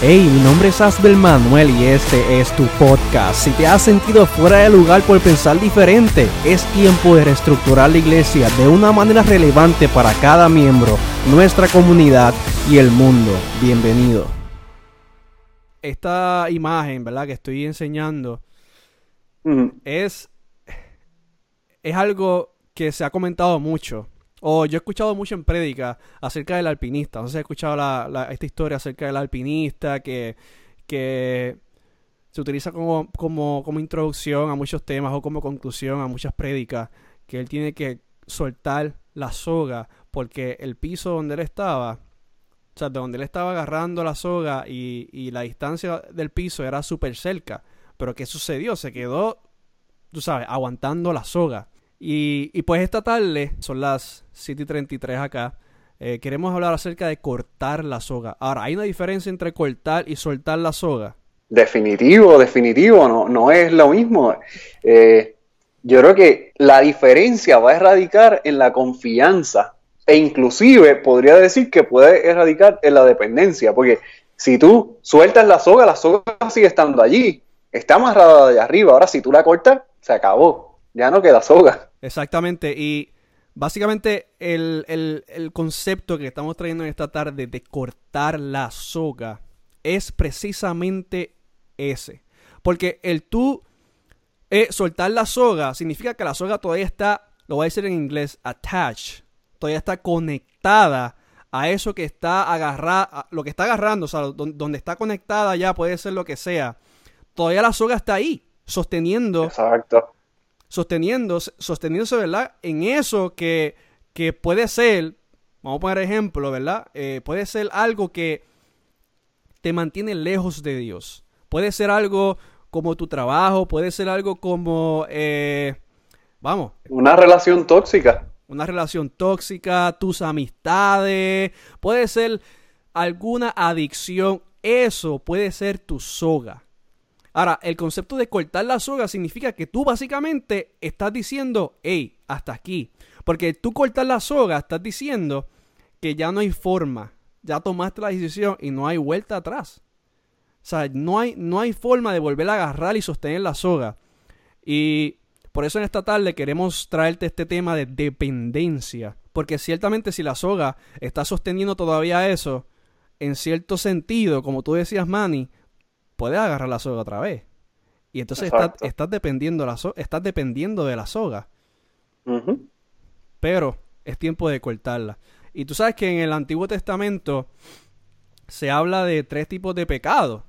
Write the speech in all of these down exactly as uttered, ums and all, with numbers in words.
Hey, mi nombre es Asbel Manuel y este es tu podcast. Si te has sentido fuera de lugar por pensar diferente, es tiempo de reestructurar la iglesia de una manera relevante para cada miembro, nuestra comunidad y el mundo. Bienvenido. Esta imagen, ¿verdad?, que estoy enseñando mm. es, es algo que se ha comentado mucho. O yo he escuchado mucho en prédica acerca del alpinista. No sé si he escuchado la, la, esta historia acerca del alpinista que, que se utiliza como, como, como introducción a muchos temas o como conclusión a muchas prédicas, que él tiene que soltar la soga porque el piso donde él estaba, o sea, de donde él estaba agarrando la soga y, y la distancia del piso era súper cerca. Pero ¿qué sucedió? Se quedó, tú sabes, aguantando la soga. Y, y pues esta tarde, son las siete y treinta y tres acá, eh, queremos hablar acerca de cortar la soga. Ahora, ¿hay una diferencia entre cortar y soltar la soga? Definitivo, definitivo, no, no es lo mismo. Eh, yo creo que la diferencia va a erradicar en la confianza e inclusive podría decir que puede erradicar en la dependencia, porque si tú sueltas la soga, la soga sigue estando allí, está amarrada de allá arriba. Ahora si tú la cortas, se acabó, ya no queda soga. Exactamente, y básicamente el, el, el concepto que estamos trayendo en esta tarde de cortar la soga es precisamente ese. Porque el tú eh, soltar la soga significa que la soga todavía está, lo voy a decir en inglés, attached, todavía está conectada a eso que está agarrada, lo que está agarrando, o sea, donde, donde está conectada ya puede ser lo que sea. Todavía la soga está ahí, sosteniendo. Exacto. Sosteniéndose, sosteniéndose, ¿verdad?, en eso que, que puede ser, vamos a poner ejemplo, ¿verdad? Eh, puede ser algo que te mantiene lejos de Dios. Puede ser algo como tu trabajo, puede ser algo como, eh, vamos. Una relación tóxica. Una relación tóxica, tus amistades, puede ser alguna adicción. Eso puede ser tu soga. Ahora, el concepto de cortar la soga significa que tú básicamente estás diciendo, hey, hasta aquí. Porque tú cortar la soga, estás diciendo que ya no hay forma. Ya tomaste la decisión y no hay vuelta atrás. O sea, no hay, no hay forma de volver a agarrar y sostener la soga. Y por eso en esta tarde queremos traerte este tema de dependencia. Porque ciertamente si la soga está sosteniendo todavía eso, en cierto sentido, como tú decías, Manny, puedes agarrar la soga otra vez. Y entonces estás, estás, dependiendo la so- estás dependiendo de la soga. Uh-huh. Pero es tiempo de cortarla. Y tú sabes que en el Antiguo Testamento se habla de tres tipos de pecados.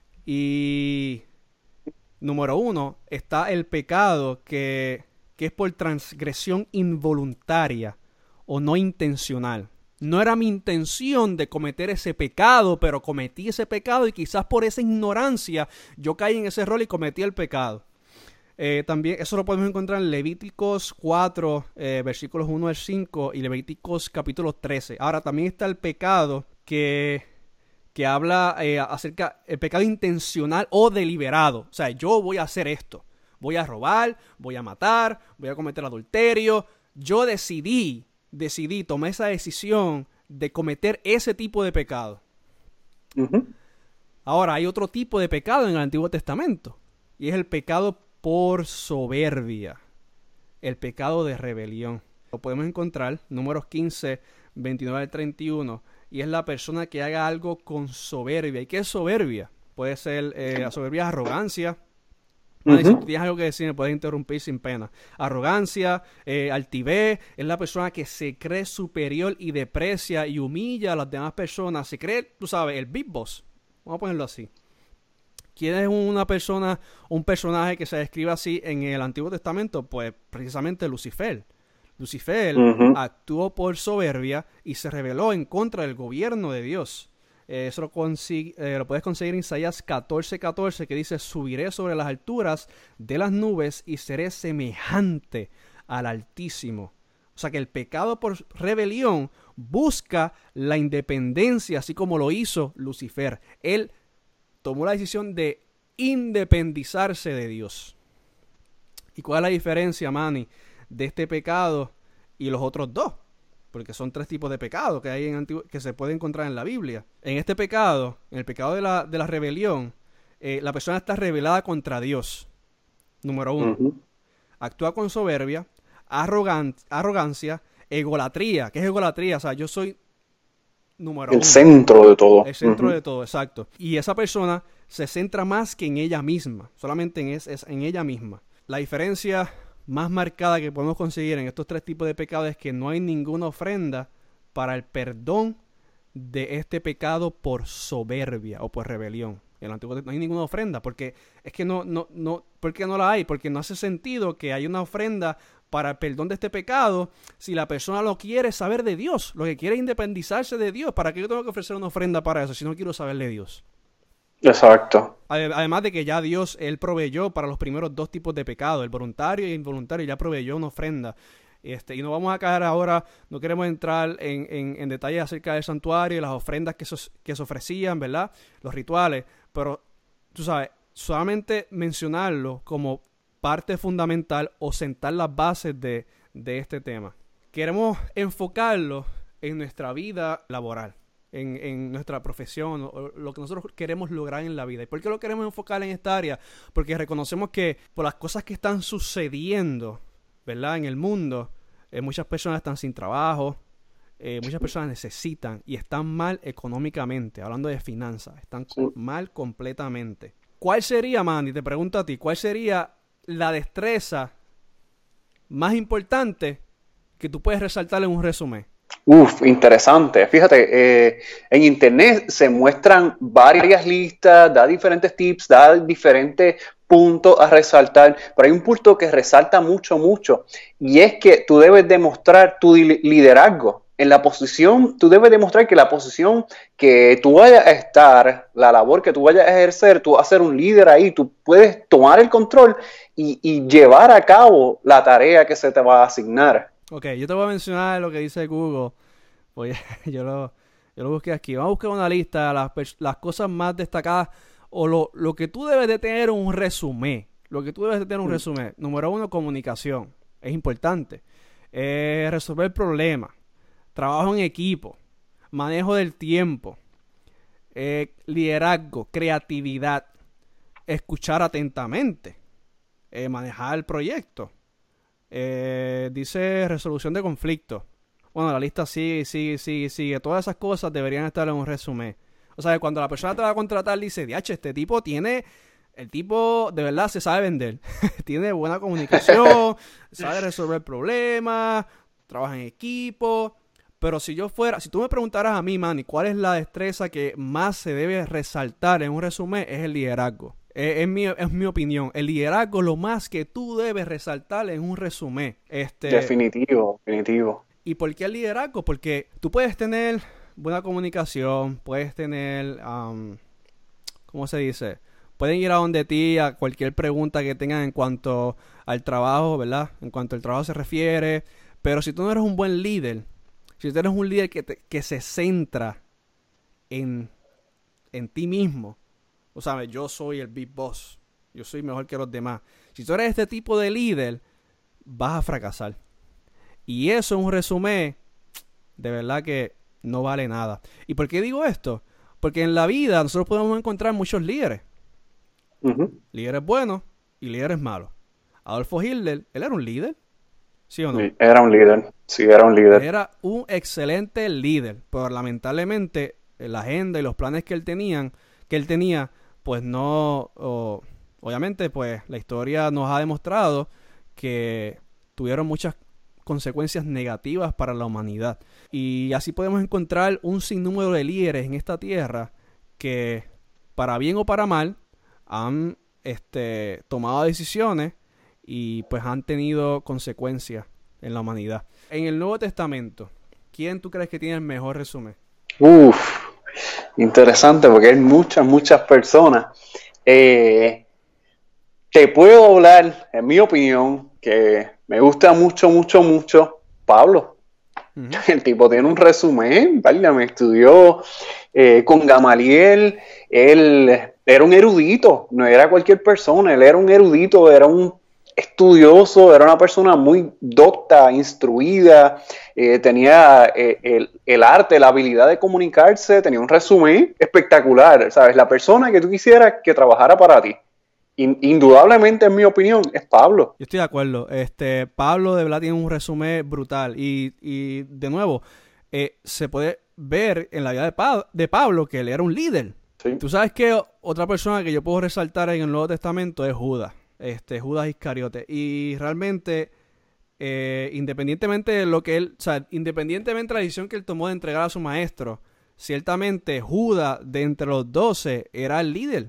Y número uno está el pecado que, que es por transgresión involuntaria o no intencional. No era mi intención de cometer ese pecado, pero cometí ese pecado y quizás por esa ignorancia yo caí en ese rol y cometí el pecado. Eh, también eso lo podemos encontrar en Levíticos cuatro, eh, versículos uno al cinco y Levíticos capítulo trece. Ahora también está el pecado que, que habla eh, acerca del pecado intencional o deliberado. O sea, yo voy a hacer esto. Voy a robar, voy a matar, voy a cometer adulterio. Yo decidí decidí, tomé esa decisión de cometer ese tipo de pecado. Uh-huh. Ahora, hay otro tipo de pecado en el Antiguo Testamento, y es el pecado por soberbia, el pecado de rebelión. Lo podemos encontrar, números quince, veintinueve al treinta y uno, y es la persona que haga algo con soberbia. ¿Y qué es soberbia? Puede ser, eh, la soberbia es arrogancia. Uh-huh. Si tú tienes algo que decir, me puedes interrumpir sin pena. Arrogancia, eh, altivez, es la persona que se cree superior y deprecia y humilla a las demás personas. Se cree, tú sabes, el Big Boss. Vamos a ponerlo así. ¿Quién es una persona, un personaje que se describe así en el Antiguo Testamento? Pues precisamente Lucifer. Lucifer uh-huh. actuó por soberbia y se rebeló en contra del gobierno de Dios. Eh, eso lo, consigue, eh, lo puedes conseguir en Isaías catorce, catorce, que dice: subiré sobre las alturas de las nubes y seré semejante al Altísimo. O sea que el pecado por rebelión busca la independencia, así como lo hizo Lucifer. Él tomó la decisión de independizarse de Dios. ¿Y cuál es la diferencia, Manny, de este pecado y los otros dos? porque son tres tipos de pecado que hay en Antiguo, que se puede encontrar en la Biblia. En este pecado, en el pecado de la, de la rebelión, eh, la persona está rebelada contra Dios. Número uno. Uh-huh. Actúa con soberbia, arrogan, arrogancia, egolatría. ¿Qué es egolatría? O sea, yo soy número el uno. centro de todo. El centro uh-huh. de todo, exacto. Y esa persona se centra más que en ella misma, solamente en, es, es en ella misma. La diferencia más marcada que podemos conseguir en estos tres tipos de pecados es que no hay ninguna ofrenda para el perdón de este pecado por soberbia o por rebelión. En el Antiguo Testamento no hay ninguna ofrenda, porque es que no, no, no, ¿por qué no la hay? Porque no hace sentido que haya una ofrenda para el perdón de este pecado si la persona lo quiere saber de Dios, lo que quiere es independizarse de Dios. ¿Para qué yo tengo que ofrecer una ofrenda para eso si no quiero saber de Dios? Exacto. Además de que ya Dios, Él proveyó para los primeros dos tipos de pecado, el voluntario y el involuntario, ya proveyó una ofrenda. Este, y no vamos a caer ahora, no queremos entrar en, en, en detalles acerca del santuario y las ofrendas que, so, que se ofrecían, ¿verdad? Los rituales, pero tú sabes, solamente mencionarlo como parte fundamental o sentar las bases de, de este tema. Queremos enfocarlo en nuestra vida laboral. En, en nuestra profesión, o lo que nosotros queremos lograr en la vida. ¿Y por qué lo queremos enfocar en esta área? Porque reconocemos que por las cosas que están sucediendo, ¿verdad?, en el mundo, eh, muchas personas están sin trabajo, eh, muchas personas necesitan y están mal económicamente, hablando de finanzas, están mal completamente. ¿Cuál sería, Mandy, te pregunto a ti, cuál sería la destreza más importante que tú puedes resaltar en un resumen? Uf, interesante. Fíjate, eh, en internet se muestran varias listas, da diferentes tips, da diferentes puntos a resaltar, pero hay un punto que resalta mucho, mucho, y es que tú debes demostrar tu liderazgo. En la posición, tú debes demostrar que la posición que tú vayas a estar, la labor que tú vayas a ejercer, tú vas a ser un líder ahí, tú puedes tomar el control y, y llevar a cabo la tarea que se te va a asignar. Ok, yo te voy a mencionar lo que dice Google. Pues yo lo, yo lo busqué aquí. Vamos a buscar una lista, las, las cosas más destacadas o lo, lo que tú debes de tener un resumen. Lo que tú debes de tener un mm. resumen. Número uno, comunicación. Es importante. Eh, resolver problemas. Trabajo en equipo. Manejo del tiempo. Eh, liderazgo. Creatividad. Escuchar atentamente. Eh, manejar el proyecto. Eh, dice resolución de conflictos. Bueno, la lista sigue, sigue, sigue, sigue. Todas esas cosas deberían estar en un resumen. O sea, cuando la persona te va a contratar, dice, diache, este tipo tiene... El tipo de verdad se sabe vender. Tiene buena comunicación, sabe resolver problemas, trabaja en equipo. Pero si yo fuera... Si tú me preguntaras a mí, Manny, ¿cuál es la destreza que más se debe resaltar en un resumen? Es el liderazgo. Es, es, mi, es mi opinión. El liderazgo, lo más que tú debes resaltar en un resumen. Este, definitivo, definitivo. ¿Y por qué el liderazgo? Porque tú puedes tener buena comunicación, puedes tener, um, ¿cómo se dice? Pueden ir a donde ti a cualquier pregunta que tengan en cuanto al trabajo, ¿verdad? En cuanto al trabajo se refiere. Pero si tú no eres un buen líder, si tú eres un líder que, te, que se centra en, en ti mismo, o sea, yo soy el big boss, yo soy mejor que los demás. Si tú eres este tipo de líder, vas a fracasar. Y eso es un resumen, de verdad que no vale nada. ¿Y por qué digo esto? Porque en la vida nosotros podemos encontrar muchos líderes. Uh-huh. Líderes buenos y líderes malos. Adolfo Hitler, ¿él era un líder? ¿Sí o no? Sí, era un líder, sí, era un líder. Era un excelente líder, pero lamentablemente la agenda y los planes que él, tenían, que él tenía, pues no... Oh, obviamente, pues la historia nos ha demostrado que tuvieron muchas consecuencias negativas para la humanidad. Y así podemos encontrar un sinnúmero de líderes en esta tierra que, para bien o para mal, han este, tomado decisiones y pues han tenido consecuencias en la humanidad. En el Nuevo Testamento, ¿quién tú crees que tiene el mejor resumen? Uf, interesante, porque hay muchas, muchas personas. Eh, te puedo hablar, en mi opinión, que me gusta mucho, mucho, mucho Pablo. Uh-huh. El tipo tiene un resumen, ¿vale? Me estudió eh, con Gamaliel. Él era un erudito, no era cualquier persona, él era un erudito, era un estudioso, era una persona muy docta, instruida, eh, tenía eh, el, el arte, la habilidad de comunicarse, tenía un resumen espectacular, ¿sabes? La persona que tú quisieras que trabajara para ti. In, indudablemente, en mi opinión, es Pablo. Yo estoy de acuerdo. Este, Pablo de verdad tiene un resumen brutal. Y, y de nuevo, eh, se puede ver en la vida de, pa de Pablo que él era un líder. Sí. Tú sabes que otra persona que yo puedo resaltar en el Nuevo Testamento es Judas. Este, Judas Iscariote. Y realmente, eh, independientemente de lo que él, o sea, independientemente de la decisión que él tomó de entregar a su maestro, ciertamente Judas, de entre los doce, era el líder.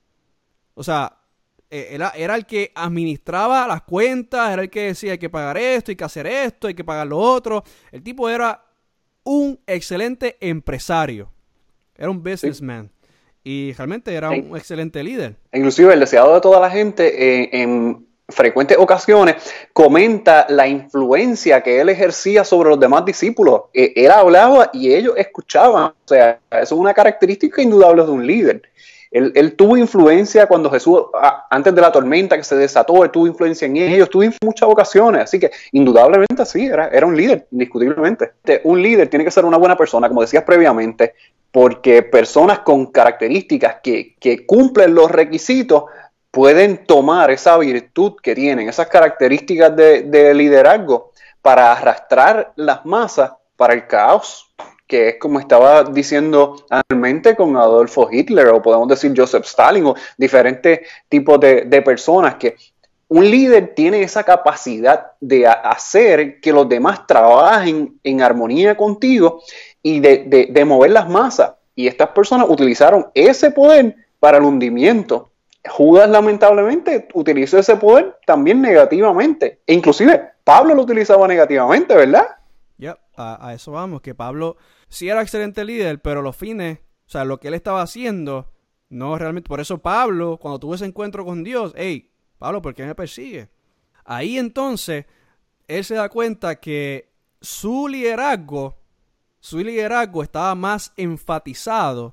O sea, era, era el que administraba las cuentas, era el que decía hay que pagar esto, hay que hacer esto, hay que pagar lo otro. El tipo era un excelente empresario. Era un businessman. Sí. Y realmente era un excelente líder. Inclusive el deseado de toda la gente eh, en frecuentes ocasiones comenta la influencia que él ejercía sobre los demás discípulos. Eh, él hablaba y ellos escuchaban. O sea, eso es una característica indudable de un líder. Él, él tuvo influencia cuando Jesús, ah, antes de la tormenta que se desató, él tuvo influencia en ellos, tuvo en muchas ocasiones. Así que indudablemente sí, era, era un líder, indiscutiblemente. Un líder tiene que ser una buena persona, como decías previamente, porque personas con características que, que cumplen los requisitos pueden tomar esa virtud que tienen, esas características de, de liderazgo para arrastrar las masas para el caos, que es como estaba diciendo anteriormente con Adolfo Hitler, o podemos decir Joseph Stalin, o diferentes tipos de, de personas que un líder tiene esa capacidad de hacer que los demás trabajen en armonía contigo y de, de, de mover las masas. Y estas personas utilizaron ese poder para el hundimiento. Judas, lamentablemente, utilizó ese poder también negativamente. E inclusive, Pablo lo utilizaba negativamente, ¿verdad? Ya, yep, a, a eso vamos, que Pablo sí era excelente líder, pero los fines, o sea, lo que él estaba haciendo, no realmente. Por eso Pablo, cuando tuvo ese encuentro con Dios, hey, Pablo, ¿por qué me persigue? Ahí entonces, él se da cuenta que su liderazgo, su liderazgo estaba más enfatizado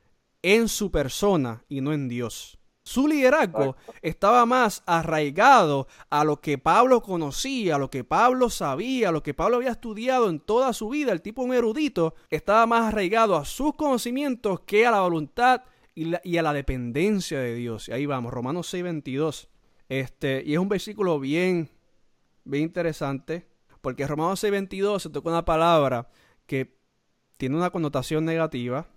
en su persona y no en Dios. Su liderazgo estaba más arraigado a lo que Pablo conocía, a lo que Pablo sabía, a lo que Pablo había estudiado en toda su vida. El tipo, un erudito, estaba más arraigado a sus conocimientos que a la voluntad y, la, y a la dependencia de Dios. Y ahí vamos, Romanos seis veintidós. Este, y es un versículo bien, bien interesante, porque Romanos seis veintidós se toca una palabra que tiene una connotación negativa,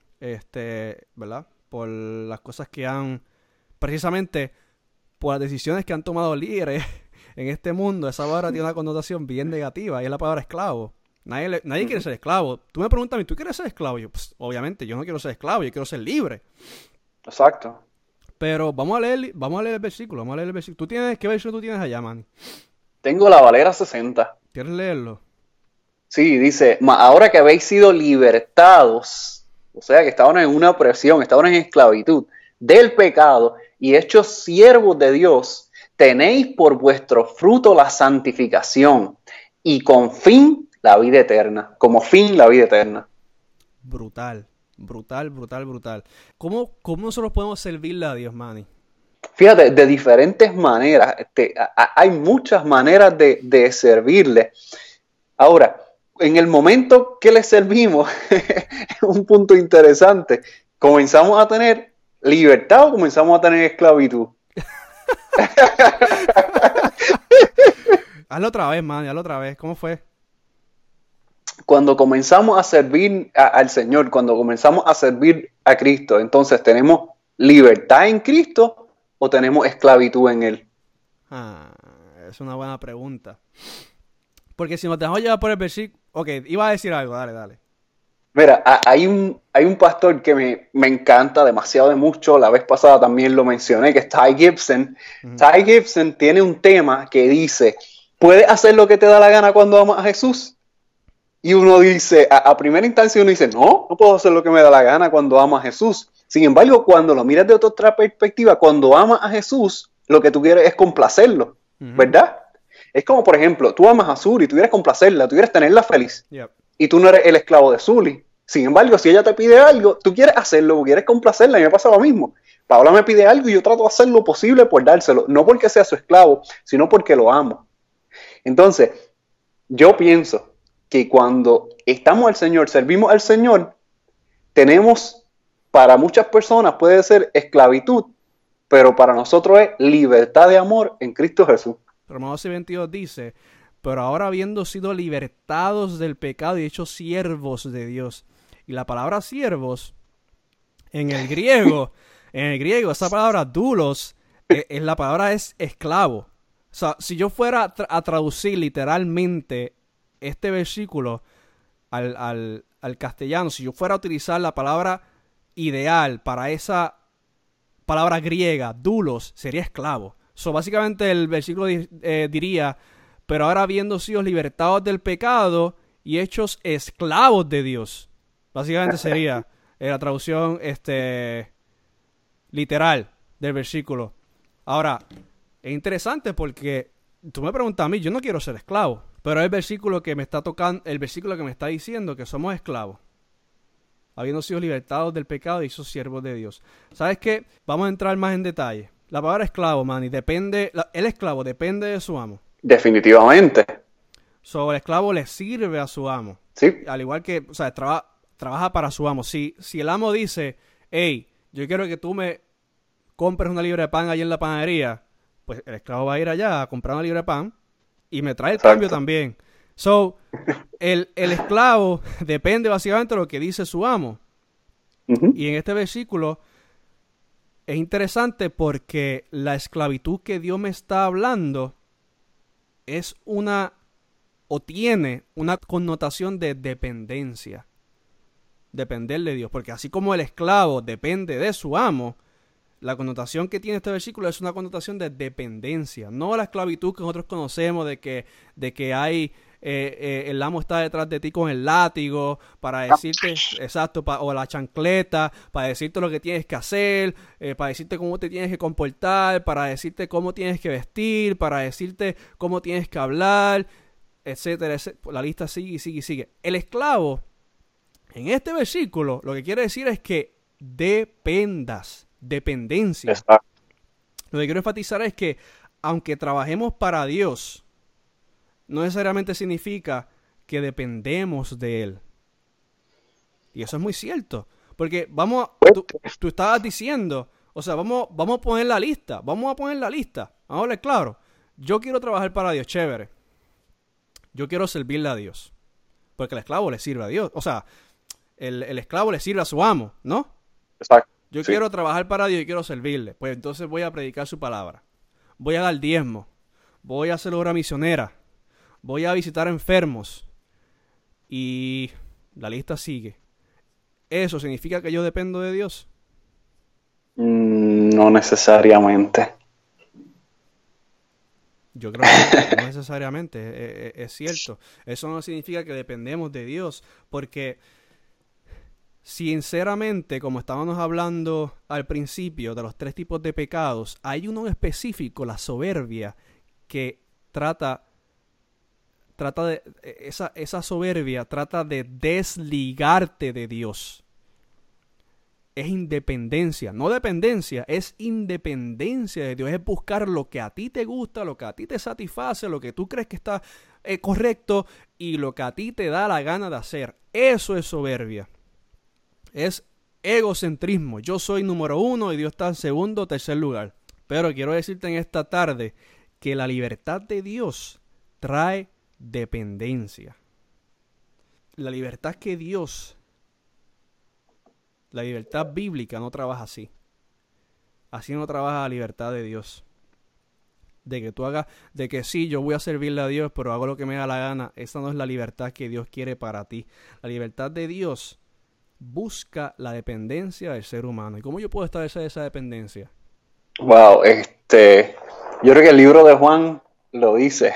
este, ¿verdad? Por las cosas que han, precisamente por las decisiones que han tomado líderes en este mundo. Esa palabra tiene una connotación bien negativa y es la palabra esclavo. Nadie, le, nadie quiere ser esclavo. Tú me preguntas a mí, ¿tú quieres ser esclavo? Yo, pues, obviamente, yo no quiero ser esclavo, yo quiero ser libre. Exacto. Pero vamos a leer, vamos a leer el versículo, vamos a leer el versículo. ¿Tú tienes, qué versículo tú tienes allá, man? Tengo la Valera sesenta. ¿Quieres leerlo? Sí, dice, ahora que habéis sido libertados, o sea que estaban en una opresión, estaban en esclavitud del pecado y hechos siervos de Dios, tenéis por vuestro fruto la santificación y con fin la vida eterna, como fin la vida eterna. Brutal. Brutal, brutal, brutal. ¿Cómo, cómo nosotros podemos servirle a Dios, Manny? Fíjate, de diferentes maneras. Este, a, hay muchas maneras de, de servirle. Ahora, en el momento que le servimos, es un punto interesante. ¿Comenzamos a tener libertad o comenzamos a tener esclavitud? Hazlo otra vez, Manny, hazlo otra vez. ¿Cómo fue? Cuando comenzamos a servir a, al Señor, cuando comenzamos a servir a Cristo, entonces ¿tenemos libertad en Cristo o tenemos esclavitud en Él? Ah, es una buena pregunta. Porque si nos dejamos llevar por el versículo... Ok, iba a decir algo, dale, dale. Mira, hay un, hay un pastor que me, me encanta demasiado de mucho, la vez pasada también lo mencioné, que es Ty Gibson. Uh-huh. Ty Gibson tiene un tema que dice, ¿puedes hacer lo que te da la gana cuando amas a Jesús? Y uno dice, a, a primera instancia uno dice, no, no puedo hacer lo que me da la gana cuando amo a Jesús. Sin embargo, cuando lo miras de otra perspectiva, cuando amas a Jesús, lo que tú quieres es complacerlo, uh-huh. ¿verdad? Es como, por ejemplo, tú amas a Zuli, tú quieres complacerla, tú quieres tenerla feliz. Yep. Y tú no eres el esclavo de Zuli. Sin embargo, si ella te pide algo, tú quieres hacerlo, quieres complacerla, y me pasa lo mismo. Paola me pide algo y yo trato de hacer lo posible por dárselo, no porque sea su esclavo, sino porque lo amo. Entonces, yo pienso que cuando estamos al Señor, servimos al Señor, tenemos, para muchas personas puede ser esclavitud, pero para nosotros es libertad de amor en Cristo Jesús. Romanos seis veintidós dice, pero ahora habiendo sido libertados del pecado y hechos siervos de Dios. Y la palabra siervos, en el griego, en el griego, esa palabra doulos, es, es la palabra es esclavo. O sea, si yo fuera a, tra- a traducir literalmente este versículo al, al, al castellano, si yo fuera a utilizar la palabra ideal para esa palabra griega, doulos, sería esclavo. So, básicamente el versículo di- eh, diría, pero ahora habiendo sido libertados del pecado y hechos esclavos de Dios. Básicamente sería eh, la traducción este, literal del versículo. Ahora, es interesante porque tú me preguntas a mí, yo no quiero ser esclavo, pero el versículo que me está tocando, el versículo que me está diciendo que somos esclavos, habiendo sido libertados del pecado y hechos siervos de Dios. ¿Sabes qué? Vamos a entrar más en detalle. La palabra esclavo, man, y depende, la, el esclavo depende de su amo. Definitivamente. So, el esclavo le sirve a su amo. Sí. Al igual que, o sea, traba, trabaja para su amo. Si, si el amo dice, hey, yo quiero que tú me compres una libra de pan allí en la panadería, pues el esclavo va a ir allá a comprar una libra de pan y me trae el Exacto. cambio también. So, el, el esclavo depende básicamente de lo que dice su amo. Uh-huh. Y en este versículo es interesante porque la esclavitud que Dios me está hablando es una o tiene una connotación de dependencia. Depender de Dios. Porque así como el esclavo depende de su amo, la connotación que tiene este versículo es una connotación de dependencia. No la esclavitud que nosotros conocemos de que, de que hay... Eh, eh, el amo está detrás de ti con el látigo para decirte, exacto, pa, o la chancleta, para decirte lo que tienes que hacer, eh, para decirte cómo te tienes que comportar, para decirte cómo tienes que vestir, para decirte cómo tienes que hablar, etcétera, etcétera. La lista sigue y sigue y sigue. El esclavo, en este versículo, lo que quiere decir es que dependas, dependencia. Exacto. Lo que quiero enfatizar es que aunque trabajemos para Dios, no necesariamente significa que dependemos de Él. Y eso es muy cierto. Porque vamos, a, tú, tú estabas diciendo, o sea, vamos, vamos a poner la lista, vamos a poner la lista. Vamos a hablar claro. Yo quiero trabajar para Dios, chévere. Yo quiero servirle a Dios. Porque el esclavo le sirve a Dios. O sea, el, el esclavo le sirve a su amo, ¿no? Exacto. Yo Sí. quiero trabajar para Dios y quiero servirle. Pues entonces voy a predicar su palabra. Voy a dar diezmo. Voy a hacer obra misionera. Voy a visitar enfermos. Y la lista sigue. ¿Eso significa que yo dependo de Dios? Mm, no necesariamente. Yo creo que no necesariamente. Es, es, es cierto. Eso no significa que dependemos de Dios. Porque, sinceramente, como estábamos hablando al principio de los tres tipos de pecados, hay uno específico, la soberbia, que trata... Trata de, esa, esa soberbia trata de desligarte de Dios. Es independencia, no dependencia, es independencia de Dios. Es buscar lo que a ti te gusta, lo que a ti te satisface, lo que tú crees que está eh, correcto y lo que a ti te da la gana de hacer. Eso es soberbia. Es egocentrismo. Yo soy número uno y Dios está en segundo o tercer lugar. Pero quiero decirte en esta tarde que la libertad de Dios trae dependencia. La libertad que Dios, la libertad bíblica no trabaja así. Así no trabaja la libertad de Dios. De que tú hagas, de que sí, yo voy a servirle a Dios, pero hago lo que me da la gana. Esa no es la libertad que Dios quiere para ti. La libertad de Dios busca la dependencia del ser humano. ¿Y cómo yo puedo establecer esa dependencia? Wow, este, yo creo que el libro de Juan lo dice.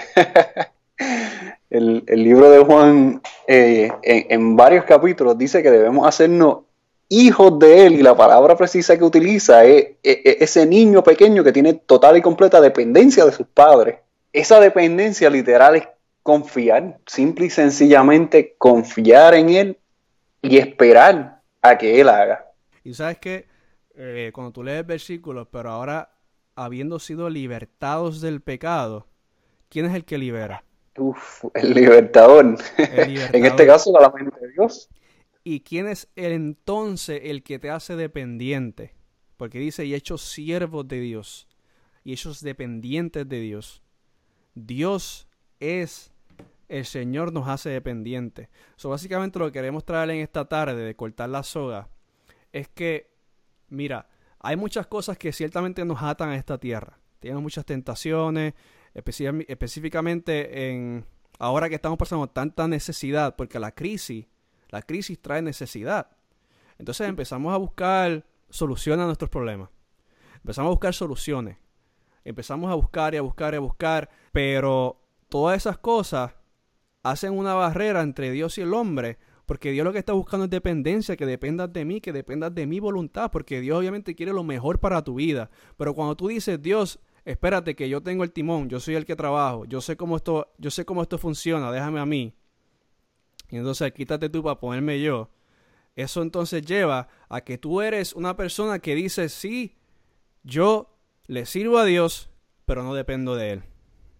El, el libro de Juan eh, en, en varios capítulos dice que debemos hacernos hijos de Él, y la palabra precisa que utiliza es, es, es ese niño pequeño que tiene total y completa dependencia de sus padres. Esa dependencia literal es confiar, simple y sencillamente confiar en Él y esperar a que Él haga. Y sabes que eh, cuando tú lees versículos, pero ahora habiendo sido libertados del pecado, ¿quién es el que libera? Uf, el libertador. El En este libertador. caso, la mente de Dios. ¿Y quién es el, entonces el que te hace dependiente? Porque dice, y hechos siervos de Dios, y hechos dependientes de Dios. Dios es el Señor, nos hace dependientes. So, básicamente lo que queremos traer en esta tarde de cortar la soga es que, mira, hay muchas cosas que ciertamente nos atan a esta tierra. Tenemos muchas tentaciones, especi- específicamente en ahora que estamos pasando tanta necesidad, porque la crisis, la crisis trae necesidad. Entonces empezamos a buscar soluciones a nuestros problemas. Empezamos a buscar soluciones. Empezamos a buscar y a buscar y a buscar, pero todas esas cosas hacen una barrera entre Dios y el hombre, porque Dios lo que está buscando es dependencia, que dependas de mí, que dependas de mi voluntad, porque Dios obviamente quiere lo mejor para tu vida. Pero cuando tú dices, Dios, espérate que yo tengo el timón, yo soy el que trabajo, yo sé cómo esto, yo sé cómo esto funciona, déjame a mí. Y entonces quítate tú para ponerme yo. Eso entonces lleva a que tú eres una persona que dice, sí, yo le sirvo a Dios, pero no dependo de Él.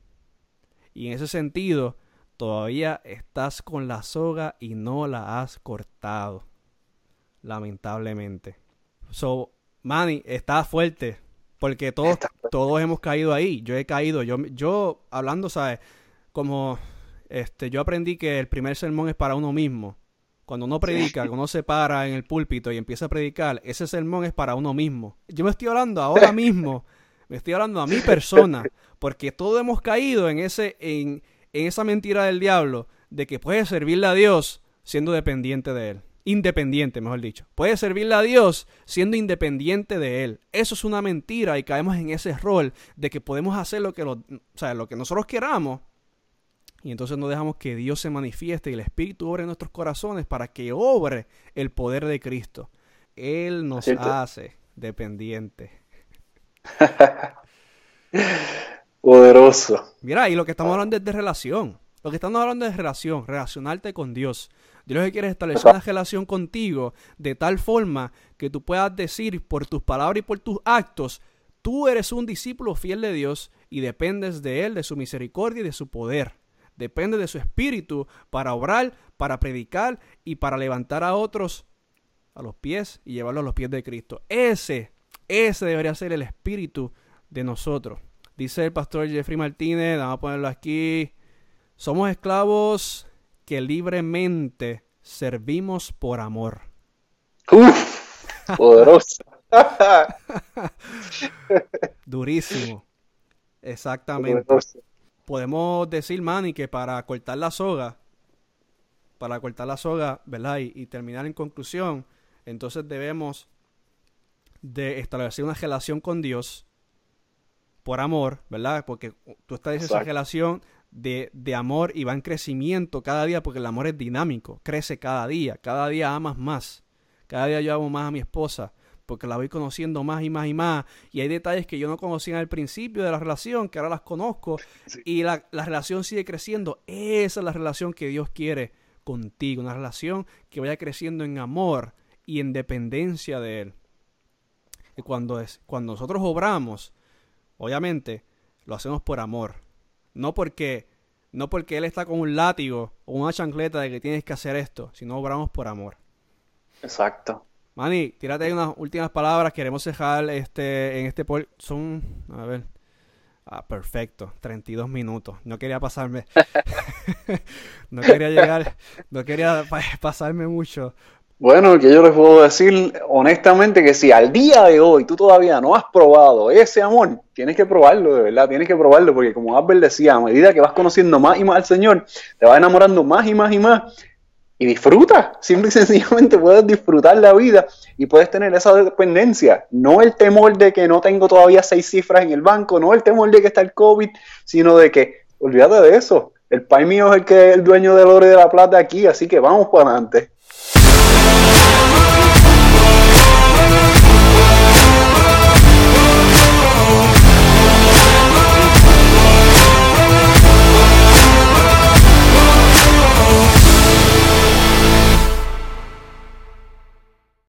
Y en ese sentido, todavía estás con la soga y no la has cortado. Lamentablemente. So, Manny, está fuerte. Porque todos, todos hemos caído ahí. Yo he caído. Yo, yo hablando, ¿sabes? Como este, yo aprendí que el primer sermón es para uno mismo. Cuando uno predica, cuando uno se para en el púlpito y empieza a predicar, ese sermón es para uno mismo. Yo me estoy hablando ahora mismo. Me estoy hablando a mi persona. Porque todos hemos caído en ese... En, en esa mentira del diablo de que puedes servirle a Dios siendo dependiente de Él. Independiente, mejor dicho. Puedes servirle a Dios siendo independiente de Él. Eso es una mentira y caemos en ese rol de que podemos hacer lo que, lo, o sea, lo que nosotros queramos y entonces no dejamos que Dios se manifieste y el Espíritu obre en nuestros corazones para que obre el poder de Cristo. Él nos ¿Cierto? Hace dependientes. Poderoso. Mira, y lo que estamos hablando es de relación. Lo que estamos hablando es de relación, relacionarte con Dios. Dios lo que quiere es establecer una relación contigo de tal forma que tú puedas decir por tus palabras y por tus actos, tú eres un discípulo fiel de Dios y dependes de Él, de su misericordia y de su poder. Dependes de su espíritu para obrar, para predicar y para levantar a otros a los pies y llevarlos a los pies de Cristo. Ese, ese debería ser el espíritu de nosotros. Dice el pastor Jeffrey Martínez, vamos a ponerlo aquí, somos esclavos que libremente servimos por amor. ¡Uf! Poderoso. Durísimo. Exactamente. Poderoso. Podemos decir, Manny, que para cortar la soga, para cortar la soga, ¿verdad? Y, y terminar en conclusión, entonces debemos de establecer una relación con Dios por amor, ¿verdad? Porque tú estás en esa relación de, de amor y va en crecimiento cada día porque el amor es dinámico, crece cada día, cada día amas más, cada día yo amo más a mi esposa porque la voy conociendo más y más y más y hay detalles que yo no conocía al principio de la relación que ahora las conozco sí. y la, la relación sigue creciendo. Esa es la relación que Dios quiere contigo, una relación que vaya creciendo en amor y en dependencia de Él. Y cuando, es, cuando nosotros obramos, obviamente, lo hacemos por amor. No porque, no porque Él está con un látigo o una chancleta de que tienes que hacer esto, sino obramos por amor. Exacto. Manny, tírate ahí unas últimas palabras. Queremos dejar este, en este... Pol- son, a ver... Ah, perfecto. treinta y dos minutos. No quería pasarme... no quería llegar... No quería pasarme mucho... Bueno, que yo les puedo decir honestamente que si al día de hoy tú todavía no has probado ese amor, tienes que probarlo, de verdad, tienes que probarlo, porque como Albert decía, a medida que vas conociendo más y más al Señor, te vas enamorando más y más y más, y disfruta, simple y sencillamente puedes disfrutar la vida y puedes tener esa dependencia, no el temor de que no tengo todavía seis cifras en el banco, no el temor de que está el COVID, sino de que, olvídate de eso, el Pai mío es el que es el dueño del oro y de la plata aquí, así que vamos para adelante.